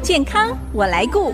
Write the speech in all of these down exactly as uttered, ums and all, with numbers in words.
健康我来顾。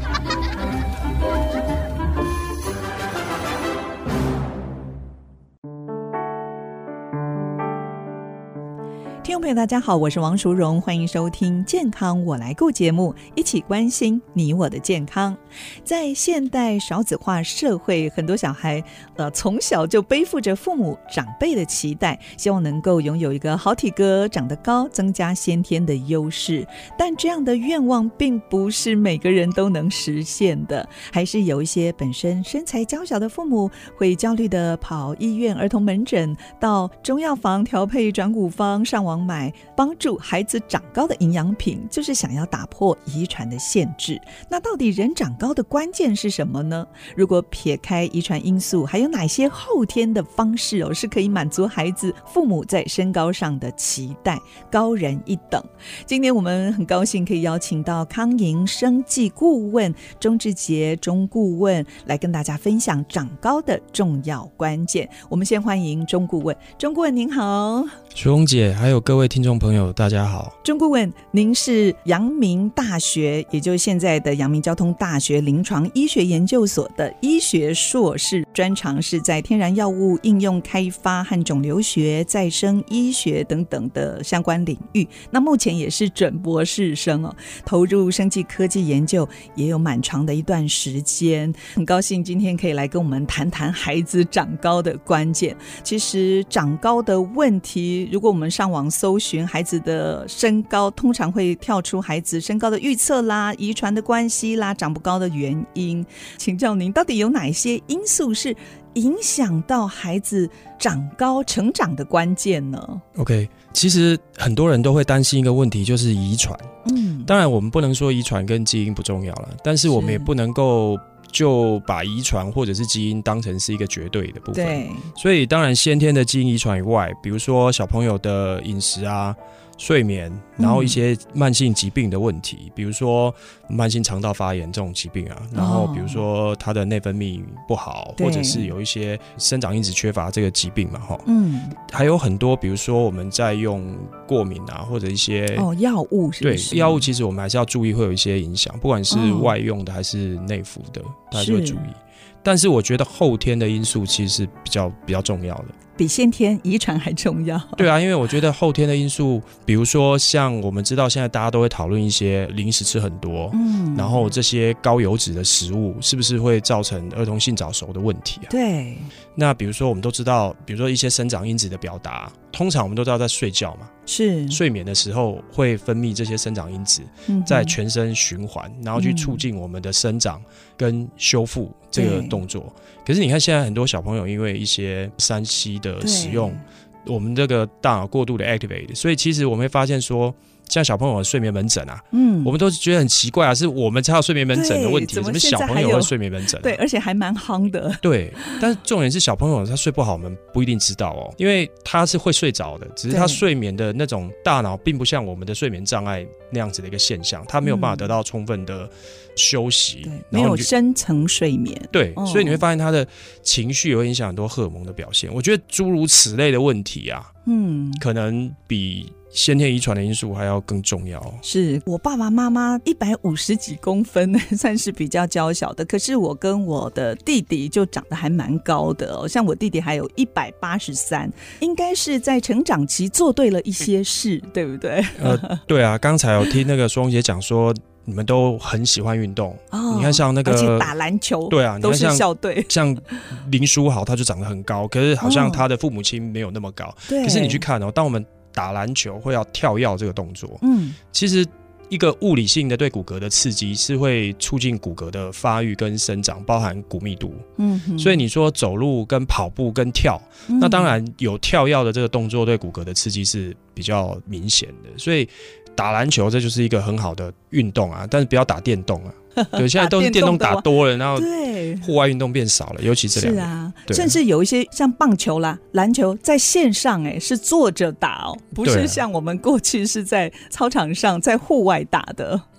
听众朋友大家好，我是王淑荣，欢迎收听健康我来顾节目，一起关心你我的健康。在现代少子化社会，很多小孩呃从小就背负着父母长辈的期待，希望能够拥有一个好体格，长得高，增加先天的优势。但这样的愿望并不是每个人都能实现的，还是有一些本身身材娇小的父母会焦虑的跑医院儿童门诊，到中药房调配转骨方，上网买帮助孩子长高的营养品，就是想要打破遗传的限制。那到底人长高的关键是什么呢？如果撇开遗传因素，还有哪些后天的方式哦，是可以满足孩子父母在身高上的期待，高人一等？今天我们很高兴可以邀请到康盈生技顾问钟志杰钟顾问来跟大家分享长高的重要关键。我们先欢迎钟顾问。钟顾问您好。 淑荣姐还有各位听众朋友大家好。 钟顾问，您是阳明大学，也就是现在的阳明交通大学临床医学研究所的医学硕士，专长是在天然药物应用开发和肿瘤学、再生医学等等的相关领域。那目前也是准博士生哦，投入生技科技研究也有蛮长的一段时间。很高兴今天可以来跟我们谈谈孩子长高的关键。其实长高的问题，如果我们上网搜寻孩子的身高，通常会跳出孩子身高的预测啦、遗传的关系啦、长不高的原因。请教您，到底有哪些因素是影响到孩子长高成长的关键呢？ OK， 其实很多人都会担心一个问题，就是遗传。 嗯， 当然我们不能说遗传跟基因不重要了，但是我们也不能够就把遗传或者是基因当成是一个绝对的部分。对，所以当然先天的基因遗传以外，比如说小朋友的饮食啊、睡眠，然后一些慢性疾病的问题，嗯、比如说慢性肠道发炎这种疾病啊，然后比如说他的内分泌不好，或者是有一些生长因子缺乏这个疾病嘛，嗯，还有很多，比如说我们在用过敏啊，或者一些哦药物是不是？ 对，药物其实我们还是要注意会有一些影响，不管是外用的还是内服的，大家就会注意。但是我觉得后天的因素其实是比较比较重要的， 比先天遗传还重要。 对啊，因为我觉得后天的因素，比如说像我们知道现在大家都会讨论一些零食吃很多，嗯，然后这些高油脂的食物是不是会造成儿童性早熟的问题啊？ 对。 那比如说我们都知道，比如说一些生长因子的表达，通常我们都知道在睡觉嘛，是睡眠的时候会分泌这些生长因子，在全身循环，然后去促进我们的生长跟修复这个动作。可是你看现在很多小朋友因为一些三 C 的使用，我们这个大脑过度的 activate， 所以其实我们会发现说，像小朋友的睡眠门诊啊，嗯，我们都觉得很奇怪啊，是我们才有睡眠门诊的问题，怎么小朋友会睡眠门诊、啊？ 对，而且还蛮夯的。 对，但是重点是小朋友他睡不好，我们不一定知道哦，因为他是会睡着的，只是他睡眠的那种大脑并不像我们的睡眠障碍那样子的一个现象，他没有办法得到充分的休息， 嗯、没有深层睡眠。 对、哦，所以你会发现他的情绪也会影响很多荷尔蒙的表现。我觉得诸如此类的问题啊，嗯，可能比先天遗传的因素还要更重要。 是我爸爸妈妈一百五十几公分，算是比较娇小的，可是我跟我的弟弟就长得还蛮高的哦，像我弟弟还有一百八十三，应该是在成长期做对了一些事，对不对？ 呃，对啊，刚才有听那个双姐讲说，你们都很喜欢运动、哦、你看像那个而且打篮球， 对啊， 都是校队， 像林书豪他就长得很高，可是好像他的父母亲没有那么高、哦、可是你去看哦，当我们打篮球会要跳跃这个动作，嗯，其实一个物理性的对骨骼的刺激是会促进骨骼的发育跟生长，包含骨密度，嗯，所以你说走路跟跑步跟跳、嗯、那当然有跳跃的这个动作对骨骼的刺激是比较明显的，所以打篮球这就是一个很好的运动啊，但是不要打电动啊。对，现在都是电动打多了，然后户外运动变少了，尤其这两年。是啊， 甚至有一些像棒球啦、篮球，在线上哎、欸、是坐着打哦，不是像我们过去是在操场上在户外打的。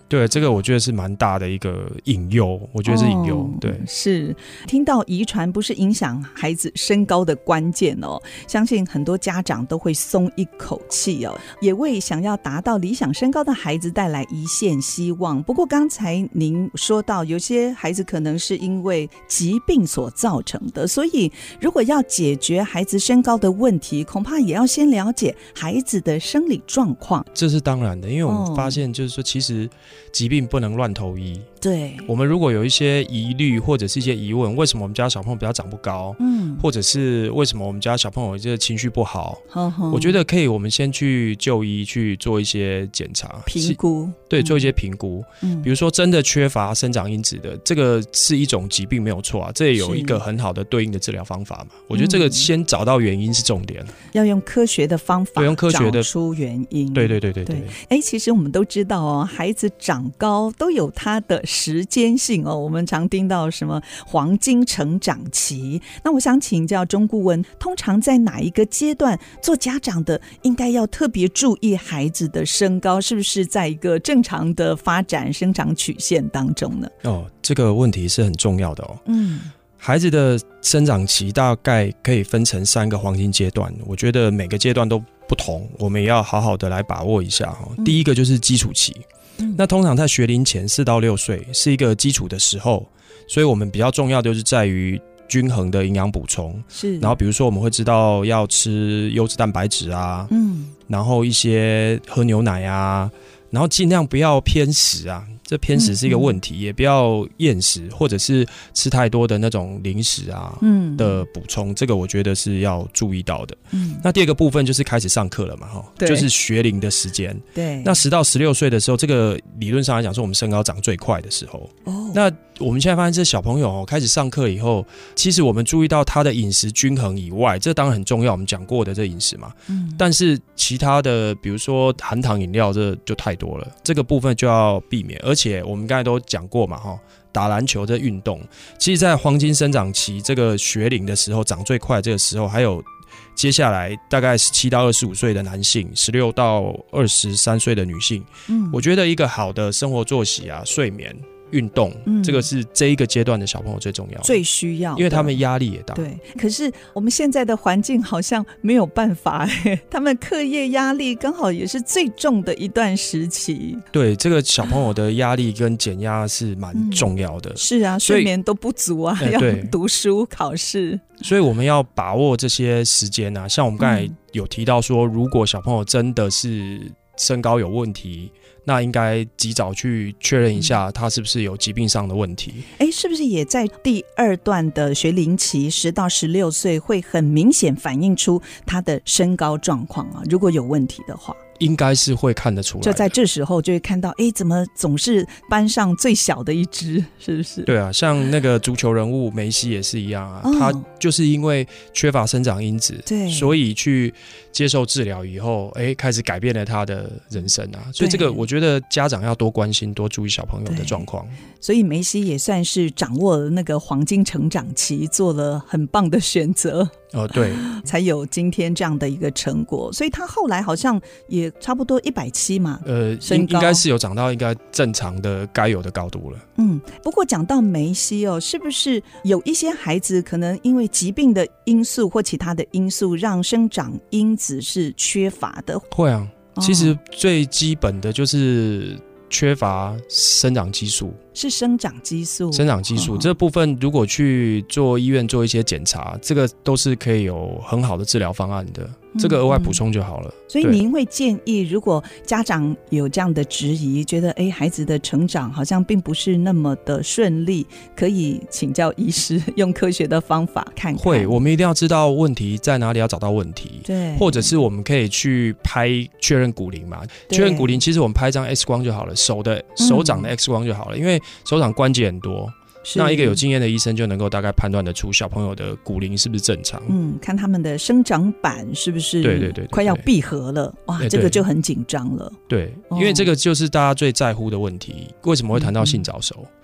对，这个我觉得是蛮大的一个隐忧，我觉得是隐忧、哦、对， 是听到遗传不是影响孩子身高的关键哦，相信很多家长都会松一口气哦，也为想要达到理想身高的孩子带来一线希望。不过刚才您说到有些孩子可能是因为疾病所造成的，所以如果要解决孩子身高的问题，恐怕也要先了解孩子的生理状况。 这是当然的，因为我们发现就是说其实疾病不能乱投医。 对， 我们如果有一些疑虑或者是一些疑问，为什么我们家小朋友比较长不高，嗯，或者是为什么我们家小朋友这个情绪不好，呵呵，我觉得可以我们先去就医去做一些检查评估， 对，做一些评估、嗯、比如说真的缺乏生长因子的，这个是一种疾病没有错啊，这也有一个很好的对应的治疗方法嘛。我觉得这个先找到原因是重点、嗯、 要用科学的方法用科学的找出原因。 对对对对对。 哎，其实我们都知道哦，孩子长高都有他的时间性哦，我们常听到什么黄金成长期。那我想请教钟顾问，通常在哪一个阶段做家长的应该要特别注意孩子的身高是不是在一个正常的发展生长曲线当中呢？ 哦，这个问题是很重要的哦。嗯，孩子的生长期大概可以分成三个黄金阶段，我觉得每个阶段都不同，我们也要好好的来把握一下、嗯、第一个就是基础期、嗯、那通常在学龄前四到六岁是一个基础的时候，所以我们比较重要的就是在于均衡的营养补充，是，然后比如说我们会知道要吃优质蛋白质啊，嗯，然后一些喝牛奶啊，然后尽量不要偏食啊，这偏食是一个问题、嗯、也不要厌食或者是吃太多的那种零食啊、嗯、的补充，这个我觉得是要注意到的、嗯、那第二个部分就是开始上课了嘛，就是学龄的时间。对，那十到十六岁的时候，这个理论上来讲是我们身高长最快的时候、哦、那我们现在发现这小朋友开始上课以后，其实我们注意到他的饮食均衡以外，这当然很重要，我们讲过的这饮食嘛、嗯、但是其他的比如说含糖饮料这就太多了，这个部分就要避免。而且我们刚才都讲过嘛，打篮球这运动其实在黄金生长期这个学龄的时候长最快，这个时候还有接下来大概十七到二十五岁的男性，十六到二十三岁的女性、嗯、我觉得一个好的生活作息啊，睡眠运动、嗯、这个是这一个阶段的小朋友最重要最需要的， 因为他们压力也大。 对，可是我们现在的环境好像没有办法，他们课业压力刚好也是最重的一段时期。对， 这个小朋友的压力跟减压是蛮重要的、嗯、 是啊，睡眠都不足啊、欸、要读书考试， 所以我们要把握这些时间啊。像我们刚才有提到说、嗯、如果小朋友真的是身高有问题，那应该及早去确认一下他是不是有疾病上的问题。 哎，是不是也在第二段的学龄期十到十六岁会很明显反映出他的身高状况啊？如果有问题的话应该是会看得出来的， 就在这时候就会看到，哎，怎么总是班上最小的一只，是不是？ 对啊，像那个足球人物梅西也是一样啊、哦、他就是因为缺乏生长因子，对，所以去接受治疗以后，哎，开始改变了他的人生啊。所以这个我觉得家长要多关心，多注意小朋友的状况。 所以梅西也算是掌握了那个黄金成长期，做了很棒的选择。 哦，对， 才有今天这样的一个成果。所以他后来好像也差不多一百七嘛，呃， 应应该是有长到应该正常的该有的高度了。 嗯，不过讲到梅西哦，是不是有一些孩子可能因为疾病的因素或其他的因素，让生长因子是缺乏的？ 会啊，其实最基本的就是缺乏生长激素。 是生长激素， 生长激素、哦、这部分如果去做医院做一些检查，这个都是可以有很好的治疗方案的，这个额外补充就好了、嗯、 所以您会建议如果家长有这样的质疑，觉得哎孩子的成长好像并不是那么的顺利，可以请教医师用科学的方法看看。 会，我们一定要知道问题在哪里，要找到问题，对，或者是我们可以去拍确认骨龄嘛，确认骨龄其实我们拍张 X 光就好了，手的手掌的 X 光就好了、嗯、因为手掌关节很多，那一个有经验的医生就能够大概判断得出小朋友的骨龄是不是正常， 嗯，看他们的生长板是不是对对对快要闭合了，哇，这个就很紧张了。 对，因为这个就是大家最在乎的问题。为什么会谈到性早熟、嗯、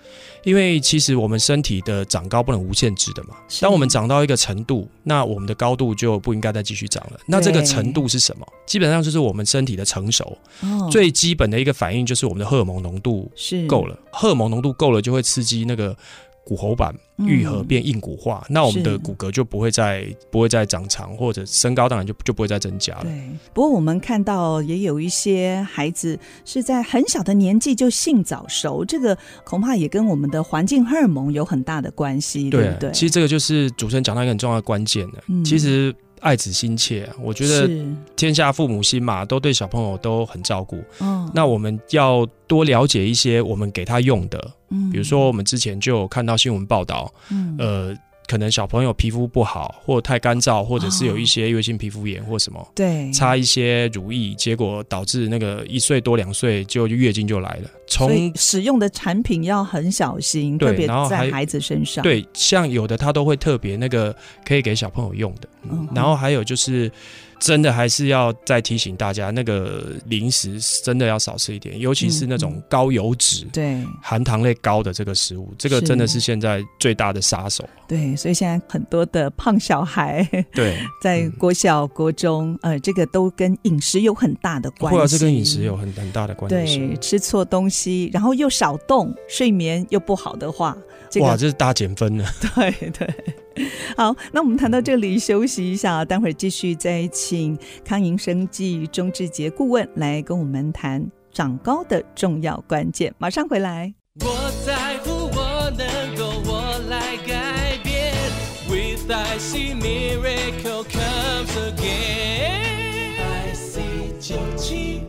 因为其实我们身体的长高不能无限制的嘛，当我们长到一个程度，那我们的高度就不应该再继续长了。那这个程度是什么？基本上就是我们身体的成熟、哦、最基本的一个反应就是我们的荷尔蒙浓度够了，荷尔蒙浓度够了就会刺激那个骨骺板愈合变硬骨化、嗯、那我们的骨骼就不会再不会再长长，或者身高当然就就不会再增加了。 对，不过我们看到也有一些孩子是在很小的年纪就性早熟，这个恐怕也跟我们的环境荷尔蒙有很大的关系， 对, 对不对？ 其实这个就是主持人讲到一个很重要的关键的、嗯、其实爱子心切、啊、我觉得天下父母心嘛，都对小朋友都很照顾、哦、那我们要多了解一些我们给他用的、嗯、比如说我们之前就有看到新闻报道、嗯、呃可能小朋友皮肤不好或太干燥，或者是有一些异位性皮肤炎或什么、哦、对，擦一些乳液，结果导致那个一岁多两岁就月经就来了。从所以使用的产品要很小心，特别在孩子身上。 对，像有的他都会特别那个可以给小朋友用的、嗯、然后还有就是真的还是要再提醒大家，那个零食真的要少吃一点，尤其是那种高油脂、嗯、对，含糖类高的这个食物，这个真的是现在最大的杀手。 对，所以现在很多的胖小孩，对，在国小、国中，呃，这个都跟饮食有很大的关系。 会啊，这跟饮食有很很大的关系。 对，吃错东西，然后又少动，睡眠又不好的话， 这个、哇，这是大减分了。 对对。好，那我们谈到这里休息一下，待会儿继续再请康盈生技钟志杰顾问来跟我们谈长高的重要关键，马上回来。 我在乎，我能够，我来改变 With I see miracle comes again I see 九七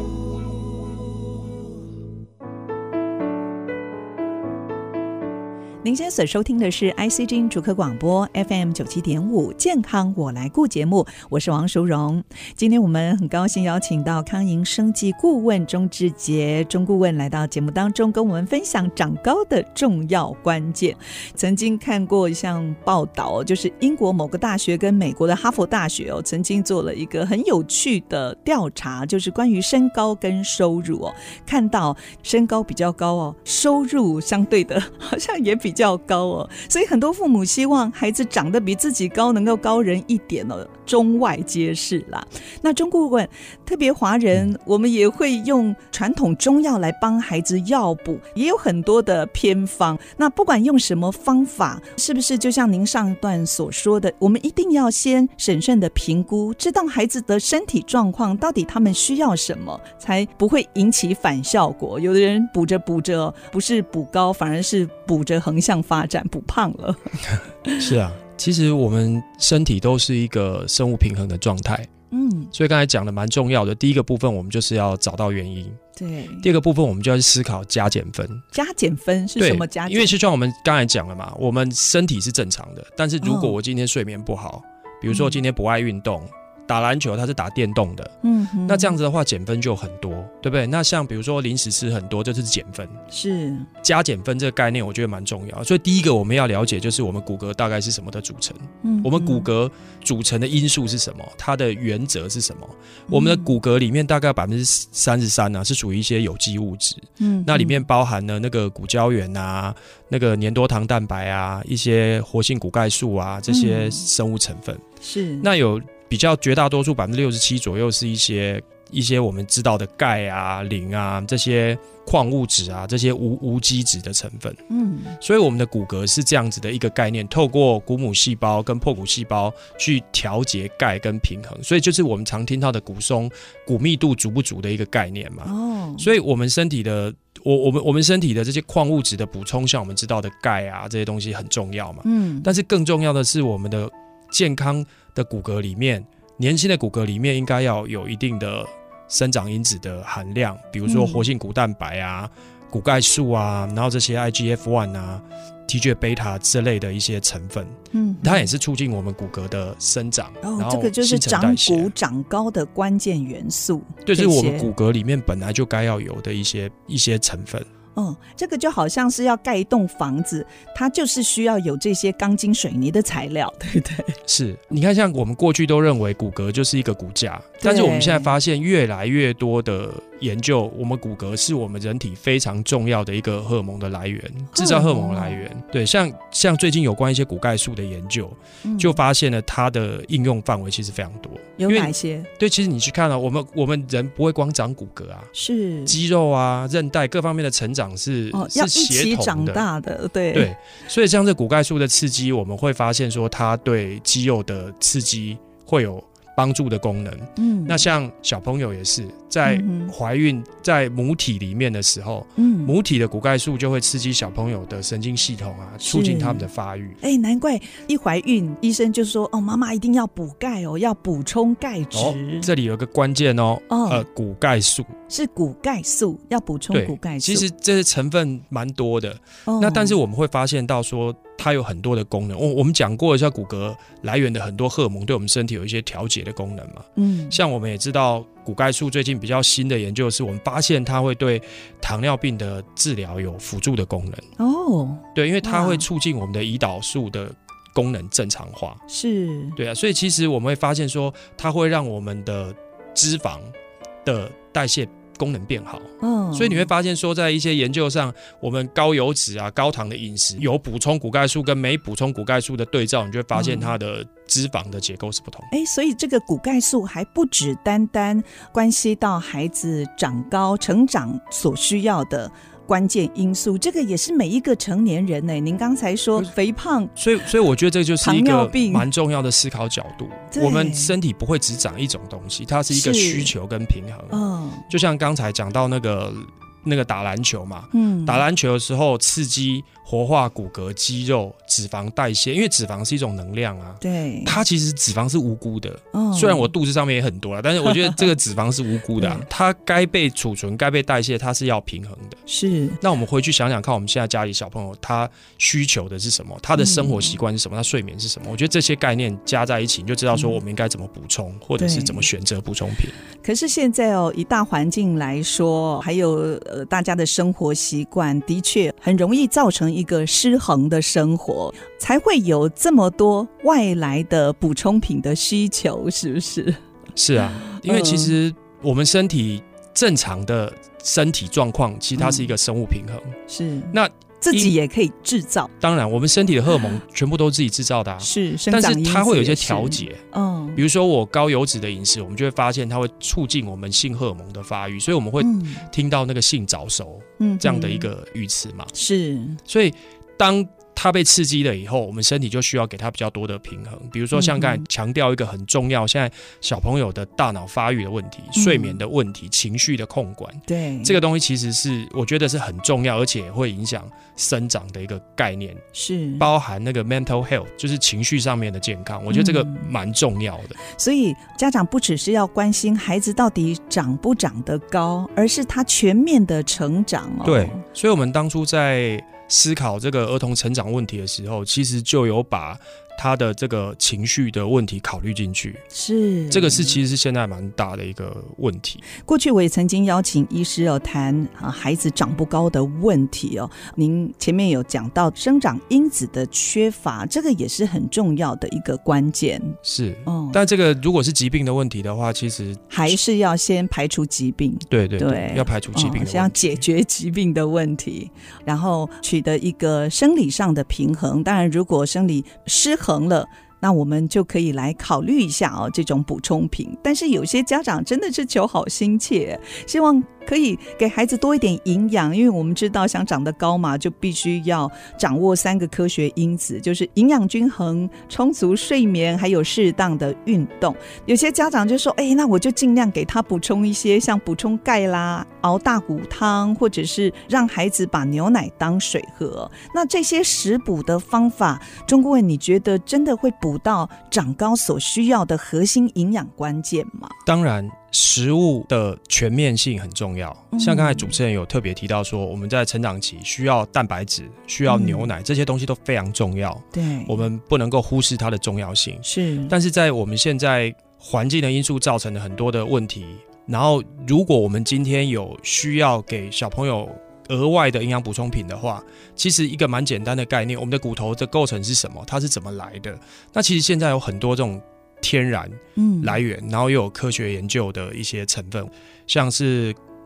您现在所收听的是 I C 之音主客广播 F M 九七点五 健康我来顾节目，我是王淑荣。今天我们很高兴邀请到康盈生技顾问钟志杰钟顾问来到节目当中，跟我们分享长高的重要关键。曾经看过像报道，就是英国某个大学跟美国的哈佛大学、哦、曾经做了一个很有趣的调查，就是关于身高跟收入、哦、看到身高比较高、哦、收入相对的好像也比较高哦，所以很多父母希望孩子长得比自己高，能够高人一点哦，中外皆是啦。那钟顾问，特别华人，我们也会用传统中药来帮孩子药补，也有很多的偏方。那不管用什么方法，是不是就像您上一段所说的，我们一定要先审慎的评估，知道孩子的身体状况，到底他们需要什么，才不会引起反效果。有的人补着补着，不是补高，反而是补着横向发展，补胖了。 是啊，其实我们身体都是一个生物平衡的状态，嗯，所以刚才讲的蛮重要的。第一个部分我们就是要找到原因，对。第二个部分我们就要去思考加减分。 加减分是什么加减分？ 因为就像我们刚才讲了嘛，我们身体是正常的，但是如果我今天睡眠不好，哦、比如说今天不爱运动。嗯，打篮球它是打电动的，嗯，那这样子的话减分就很多，对不对？那像比如说零食吃很多，这就是减分。是加减分这个概念我觉得蛮重要，所以第一个我们要了解就是我们骨骼大概是什么的组成，嗯，我们骨骼组成的因素是什么，它的原则是什么。我们的骨骼里面大概百分之三十三啊是属于一些有机物质，嗯，那里面包含了那个骨胶原啊，那个粘多糖蛋白啊，一些活性骨钙素啊，这些生物成分。是那有比较绝大多数百分之六十七左右是一些一些我们知道的钙啊、磷啊这些矿物质啊，这些无无机质的成分。嗯，所以我们的骨骼是这样子的一个概念，透过骨母细胞跟破骨细胞去调节钙跟平衡，所以就是我们常听到的骨松、骨密度足不足的一个概念嘛。哦，所以我们身体的我我们我们身体的这些矿物质的补充，像我们知道的钙啊这些东西很重要嘛。嗯，但是更重要的是我们的健康的骨骼里面，年轻的骨骼里面应该要有一定的生长因子的含量，比如说活性骨蛋白啊、嗯、骨钙素啊，然后这些 I G F 一 啊、T G A 贝塔之类的一些成分，嗯，它也是促进我们骨骼的生长。哦，然后这个就是长骨长高的关键元素， 就是我们骨骼里面本来就该要有的一些一些成分。 嗯，这个就好像是要盖一栋房子，它就是需要有这些钢筋水泥的材料，对不对？ 是，你看像我们过去都认为骨骼就是一个骨架，但是我们现在发现越来越多的研究，我们骨骼是我们人体非常重要的一个荷尔蒙的来源，制造荷尔蒙的来源。对，像像最近有关一些骨钙素的研究，嗯、就发现了它的应用范围其实非常多。 有哪些？ 对，其实你去看啊，我们我们人不会光长骨骼啊， 是肌肉啊、韧带各方面的成长是、哦、 是协同的，要一起长大的。对对，所以像这骨钙素的刺激，我们会发现说它对肌肉的刺激会有帮助的功能。嗯，那像小朋友也是在怀孕、嗯、在母体里面的时候，嗯，母体的骨钙素就会刺激小朋友的神经系统啊，促进他们的发育。 哎，难怪一怀孕医生就说哦，妈妈一定要补钙哦，要补充钙质。哦， 这里有个关键哦，哦呃，骨钙素是骨钙素，要补充骨钙素。 其实这些成分蛮多的，哦，那但是我们会发现到说它有很多的功能。我我们讲过一下骨骼来源的很多荷尔蒙对我们身体有一些调节的功能嘛。嗯，像我们也知道骨钙素最近比较新的研究是我们发现它会对糖尿病的治疗有辅助的功能。哦，对，因为它会促进我们的胰岛素的功能正常化。 是， 对啊，所以其实我们会发现说它会让我们的脂肪的代谢功能变好。嗯，所以你会发现说在一些研究上，我们高油脂啊高糖的饮食有补充骨钙素跟没补充骨钙素的对照，你就会发现它的脂肪的结构是不同。 哎，所以这个骨钙素还不只单单关系到孩子长高成长所需要的关键因素，这个也是每一个成年人呢。您刚才说肥胖， 所以所以我觉得这就是一个蛮重要的思考角度。我们身体不会只长一种东西，它是一个需求跟平衡。嗯，就像刚才讲到那个那个打篮球嘛，嗯，打篮球的时候刺激活化骨骼、肌肉、脂肪代谢，因为脂肪是一种能量啊。 对， 它其实脂肪是无辜的。哦，虽然我肚子上面也很多啦，但是我觉得这个脂肪是无辜的啊。它该被储存、该被代谢，它是要平衡的。 是。 那我们回去想想看，我们现在家里小朋友他需求的是什么？他的生活习惯是什么？他睡眠是什么？我觉得这些概念加在一起，你就知道说我们应该怎么补充，嗯，或者是怎么选择补充品。 可是现在哦，以大环境来说，还有呃大家的生活习惯，的确很容易造成一个失衡的生活，才会有这么多外来的补充品的需求，是不是？ 是啊，因为其实我们身体正常的身体状况，其实它是一个生物平衡。嗯， 是。 那自己也可以制造， 当然我们身体的荷尔蒙全部都自己制造的啊。 是， 但是它会有一些调节。嗯，比如说我高油脂的饮食，我们就会发现它会促进我们性荷尔蒙的发育，所以我们会听到那个性早熟，嗯，这样的一个语词嘛。 是， 所以当它被刺激了以后，我们身体就需要给它比较多的平衡。比如说像刚才强调一个很重要，现在小朋友的大脑发育的问题、嗯、睡眠的问题、情绪的控管， 对， 这个东西其实是我觉得是很重要，而且会影响生长的一个概念， 是包含那个 mental health， 就是情绪上面的健康，我觉得这个蛮重要的。 嗯，所以家长不只是要关心孩子到底长不长得高，而是他全面的成长哦。 对，所以我们当初在思考这个儿童成长问题的时候，其实就有把他的这个情绪的问题考虑进去。 是， 这个是其实是现在蛮大的一个问题。 过去我也曾经邀请医师哦谈啊孩子长不高的问题哦，您前面有讲到生长因子的缺乏，这个也是很重要的一个关键。 是，哦，但这个如果是疾病的问题的话，其实还是要先排除疾病。 对对 对, 对，要排除疾病的问题，哦， 先要解决疾病的问题，然后取得一个生理上的平衡。当然如果生理失衡了，那我们就可以来考虑一下哦，这种补充品。但是有些家长真的是求好心切，希望可以给孩子多一点营养，因为我们知道想长得高嘛，就必须要掌握三个科学因子，就是营养均衡、充足睡眠，还有适当的运动。有些家长就说，哎，那我就尽量给他补充一些像补充钙啦、熬大骨汤，或者是让孩子把牛奶当水喝。那这些食补的方法，钟顾问你觉得真的会补到长高所需要的核心营养关键吗？ 当然食物的全面性很重要，像刚才主持人有特别提到说，我们在成长期需要蛋白质、需要牛奶，嗯，这些东西都非常重要， 对， 我们不能够忽视它的重要性。 是， 但是在我们现在环境的因素造成了很多的问题，然后如果我们今天有需要给小朋友额外的营养补充品的话，其实一个蛮简单的概念，我们的骨头的构成是什么，它是怎么来的。那其实现在有很多这种天然来源，嗯，然后又有科学研究的一些成分，像是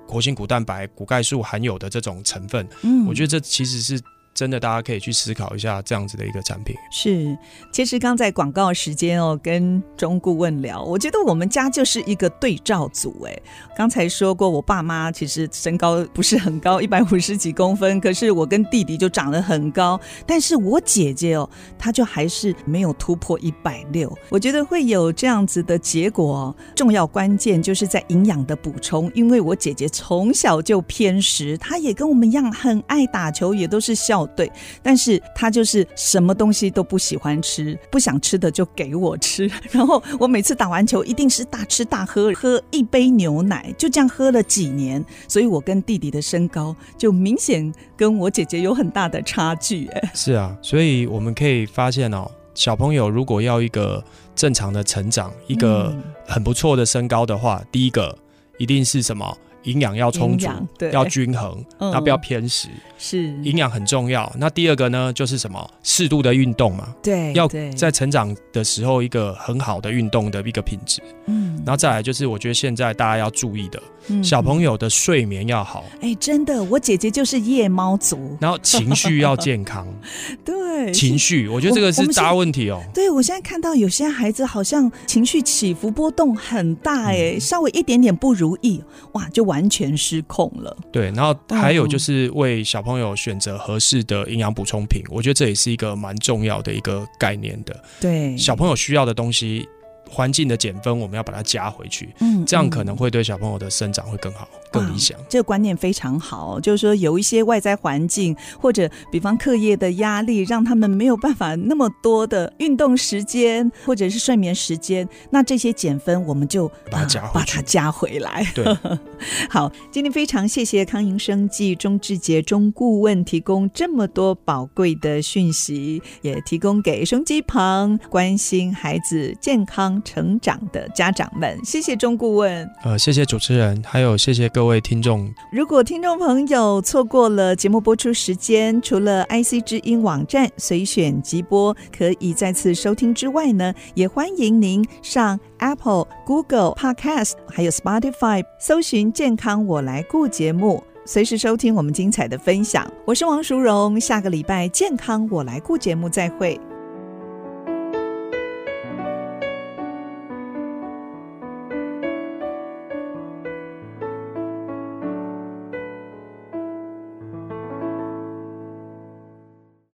活性骨蛋白、骨钙素含有的这种成分，嗯，我觉得这其实是真的大家可以去思考一下这样子的一个产品。 是，其实刚在广告时间哦，跟钟顾问聊，我觉得我们家就是一个对照组。哎，刚才说过我爸妈其实身高不是很高，一百五十几公分，可是我跟弟弟就长得很高，但是我姐姐哦，她就还是没有突破一百六。我觉得会有这样子的结果哦，重要关键就是在营养的补充，因为我姐姐从小就偏食，她也跟我们一样很爱打球，也都是校队，但是她就是什么东西都不喜欢吃，不想吃的就给我吃，然后我每次打完球一定是大吃大喝，喝一杯牛奶，就这样喝了几年，所以我跟弟弟的身高就明显跟我姐姐有很大的差距。 是啊，所以我们可以发现哦，小朋友如果要一个正常的成长，一个很不错的身高的话，嗯，第一个一定是什么？营养要充足，要均衡，嗯，那不要偏食， 是营养很重要。那第二个呢，就是什么？适度的运动嘛， 对， 要在成长的时候一个很好的运动的一个品质。嗯，然后再来就是我觉得现在大家要注意的，嗯，小朋友的睡眠要好。 哎，真的，我姐姐就是夜猫族。 然后情绪要健康， 对， 情绪，我觉得这个是大问题哦。 对，我现在看到有些孩子好像情绪起伏波动很大，哎，嗯，稍微一点点不如意，哇，就完全失控了。 对，然后还有就是为小朋友选择合适的营养补充品，我觉得这也是一个蛮重要的一个概念的。 对， 小朋友需要的东西，环境的减分我们要把它加回去，嗯，这样可能会对小朋友的生长会更好，更理想。 这个观念非常好，就是说有一些外在环境或者比方课业的压力，让他们没有办法那么多的运动时间或者是睡眠时间，那这些减分我们就把它加回去， 把它加回来。 对， 好，今天非常谢谢康盈生技钟志杰钟顾问提供这么多宝贵的讯息，也提供给收音机旁关心孩子健康成长的家长们。谢谢钟顾问。 呃，谢谢主持人，还有谢谢各位听众。 如果听众朋友错过了节目播出时间，除了 I C 之音网站随选即播可以再次收听之外呢，也欢迎您上 Apple、Google Podcast 还有 Spotify 搜寻健康我来顾节目，随时收听我们精彩的分享。我是王淑荣，下个礼拜健康我来顾节目再会。